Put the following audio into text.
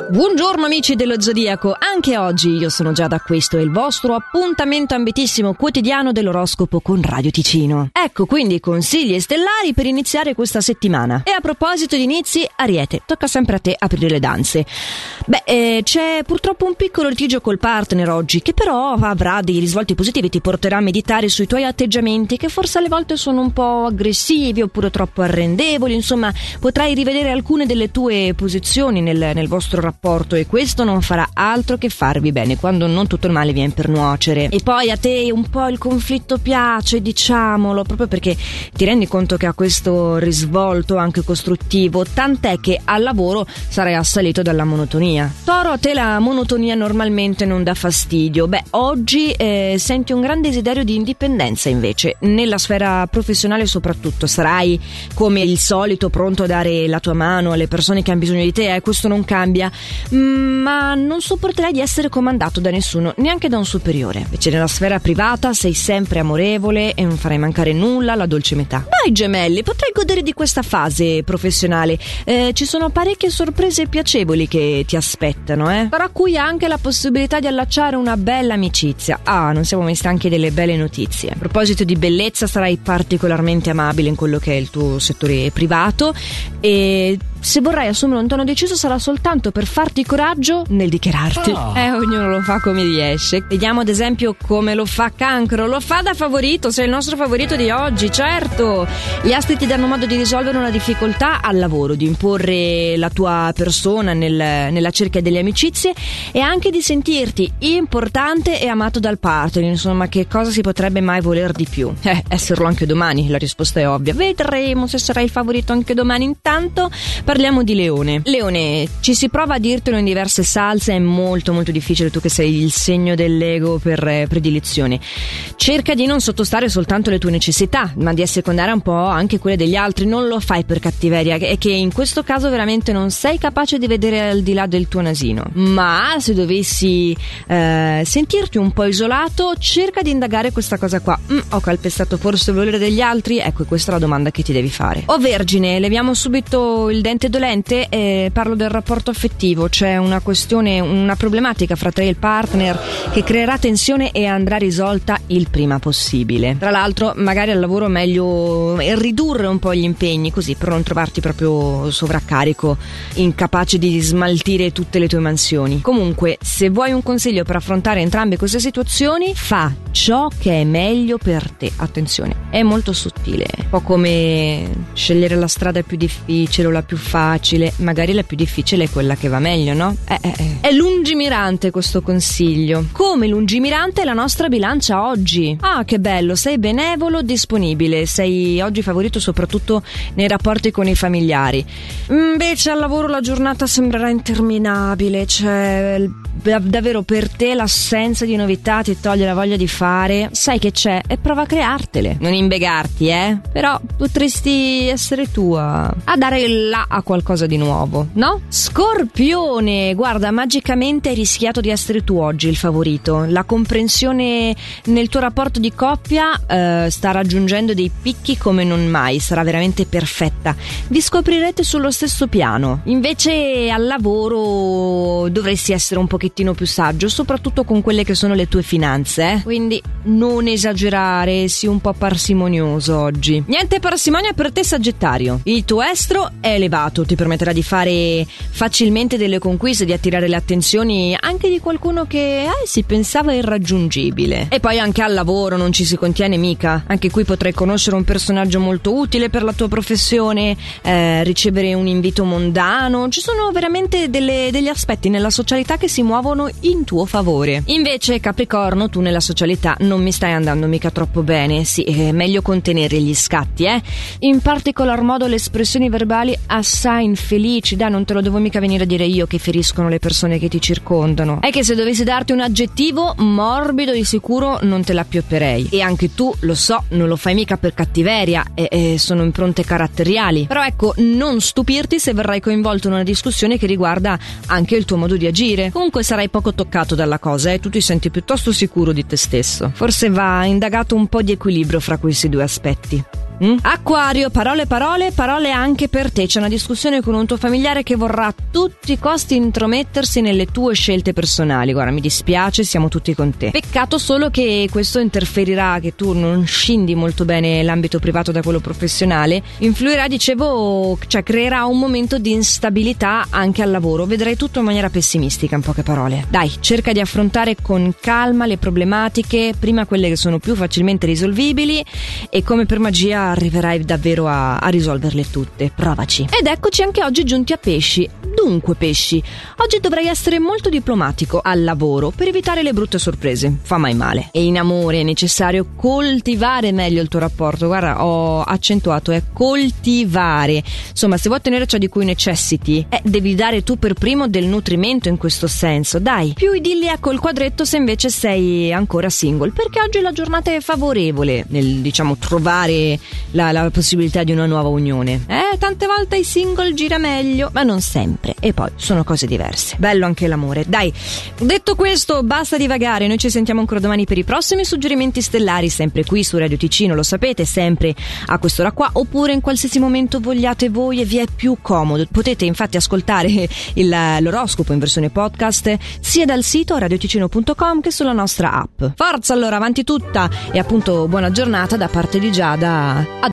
Buongiorno amici dello Zodiaco, anche oggi io sono Giada, questo è il vostro appuntamento ambitissimo quotidiano dell'oroscopo con Radio Ticino. Ecco quindi consigli stellari per iniziare questa settimana. E a proposito di inizi, Ariete, tocca sempre a te aprire le danze. C'è purtroppo un piccolo litigio col partner oggi, che però avrà dei risvolti positivi, ti porterà a meditare sui tuoi atteggiamenti che forse alle volte sono un po' aggressivi oppure troppo arrendevoli, insomma potrai rivedere alcune delle tue posizioni nel vostro rapporto e questo non farà altro che farvi bene quando non tutto il male viene per nuocere. E poi a te un po' il conflitto piace, diciamolo, proprio perché ti rendi conto che ha questo risvolto anche costruttivo, tant'è che al lavoro sarai assalito dalla monotonia. Toro, a te la monotonia normalmente non dà fastidio. Oggi senti un gran desiderio di indipendenza invece, nella sfera professionale soprattutto. Sarai come il solito pronto a dare la tua mano alle persone che hanno bisogno di te, questo non cambia, ma non sopporterai di essere comandato da nessuno, neanche da un superiore. Invece nella sfera privata sei sempre amorevole e non farai mancare nulla alla dolce metà. Dai gemelli, potrai godere di questa fase professionale, ci sono parecchie sorprese piacevoli che ti aspettano, tra cui anche la possibilità di allacciare una bella amicizia. Non siamo mai stanchi delle belle notizie. A proposito di bellezza, sarai particolarmente amabile in quello che è il tuo settore privato e se vorrai assumere un tono deciso sarà soltanto per farti coraggio nel dichiararti. Ognuno lo fa come riesce. Vediamo ad esempio come lo fa Cancro. Lo fa da favorito, sei il nostro favorito di oggi, certo. Gli astri ti danno modo di risolvere una difficoltà al lavoro, di imporre la tua persona nella cerchia delle amicizie e anche di sentirti importante e amato dal partner. Insomma, che cosa si potrebbe mai voler di più? Esserlo anche domani, la risposta è ovvia. Vedremo se sarai il favorito anche domani. Intanto parliamo di Leone. Leone, ci si prova a dirtelo in diverse salse, è molto molto difficile, tu che sei il segno dell'ego per predilezione. Cerca di non sottostare soltanto alle tue necessità, ma di assecondare un po' anche quelle degli altri. Non lo fai per cattiveria, è che in questo caso veramente non sei capace di vedere al di là del tuo nasino. Ma se dovessi sentirti un po' isolato, cerca di indagare questa cosa qua. Ho calpestato forse il volere degli altri? Ecco, questa è la domanda che ti devi fare. Vergine, leviamo subito il dente dolente e parlo del rapporto affettivo. C'è una questione, una problematica fra te e il partner che creerà tensione e andrà risolta il prima possibile. Tra l'altro magari al lavoro è meglio ridurre un po' gli impegni, così per non trovarti proprio sovraccarico, incapace di smaltire tutte le tue mansioni. Comunque, se vuoi un consiglio per affrontare entrambe queste situazioni, fa ciò che è meglio per te. Attenzione, è molto sottile, un po' come scegliere la strada più difficile o la più facile. Magari la più difficile è quella che va meglio, no? È lungimirante questo consiglio. Come lungimirante è la nostra bilancia oggi. Che bello, sei benevolo, disponibile, sei oggi favorito soprattutto nei rapporti con i familiari. Invece al lavoro la giornata sembrerà interminabile, c'è davvero per te l'assenza di novità ti toglie la voglia di fare. Sai che c'è e prova a creartele, non imbegarti, però potresti essere tu a dare il là a qualcosa di nuovo, no? Scorpione, guarda, magicamente hai rischiato di essere tu oggi il favorito. La comprensione nel tuo rapporto di coppia sta raggiungendo dei picchi come non mai, sarà veramente perfetta. Vi scoprirete sullo stesso piano. Invece al lavoro dovresti essere un pochettino più saggio, soprattutto con quelle che sono le tue finanze, quindi non esagerare, sii un po' parsimonioso oggi. Niente parsimonia per te, Sagittario. Il tuo estro è elevato, ti permetterà di fare facilmente delle conquiste, di attirare le attenzioni anche di qualcuno che si pensava irraggiungibile. E poi anche al lavoro non ci si contiene mica, anche qui potrai conoscere un personaggio molto utile per la tua professione, ricevere un invito mondano. Ci sono veramente degli aspetti nella socialità che si muovono in tuo favore. Invece Capricorno, tu nella socialità non mi stai andando mica troppo bene. Sì, è meglio contenere gli scatti, in particolar modo le espressioni verbali assai infelici. Non te lo devo mica venire a dire io che feriscono le persone che ti circondano. È che se dovessi darti un aggettivo, morbido di sicuro non te la piopperei. E anche tu, lo so, non lo fai mica per cattiveria, sono impronte caratteriali. Però ecco, non stupirti se verrai coinvolto in una discussione che riguarda anche il tuo modo di agire. Comunque sarai poco toccato dalla cosa, tu ti senti piuttosto sicuro di te stesso. Forse va indagato un po' di equilibrio fra questi due aspetti. Acquario, parole anche per te. C'è una discussione con un tuo familiare che vorrà a tutti i costi intromettersi nelle tue scelte personali. Guarda, mi dispiace, siamo tutti con te. Peccato solo che questo interferirà, che tu non scendi molto bene l'ambito privato da quello professionale. Influirà, dicevo, cioè creerà un momento di instabilità anche al lavoro. Vedrai tutto in maniera pessimistica, in poche parole. Dai, cerca di affrontare con calma le problematiche, prima quelle che sono più facilmente risolvibili, e come per magia arriverai davvero a risolverle tutte. Provaci. Ed eccoci anche oggi giunti a Pesci. Dunque, Pesci, oggi dovrai essere molto diplomatico al lavoro per evitare le brutte sorprese. Fa mai male. E in amore è necessario coltivare meglio il tuo rapporto. Guarda, ho accentuato, è coltivare. Insomma, se vuoi ottenere ciò di cui necessiti, devi dare tu per primo del nutrimento in questo senso. Dai, più idilliaco il quadretto se invece sei ancora single, perché oggi la giornata è favorevole nel, diciamo, trovare la possibilità di una nuova unione. Tante volte ai single gira meglio, ma non sempre. E poi sono cose diverse. Bello anche l'amore. Dai, detto questo, basta divagare. Noi ci sentiamo ancora domani per i prossimi suggerimenti stellari, sempre qui su Radio Ticino, lo sapete, sempre a quest'ora qua, oppure in qualsiasi momento vogliate voi e vi è più comodo. Potete infatti ascoltare l'oroscopo in versione podcast sia dal sito radioticino.com che sulla nostra app. Forza allora, avanti tutta, e appunto buona giornata da parte di Giada.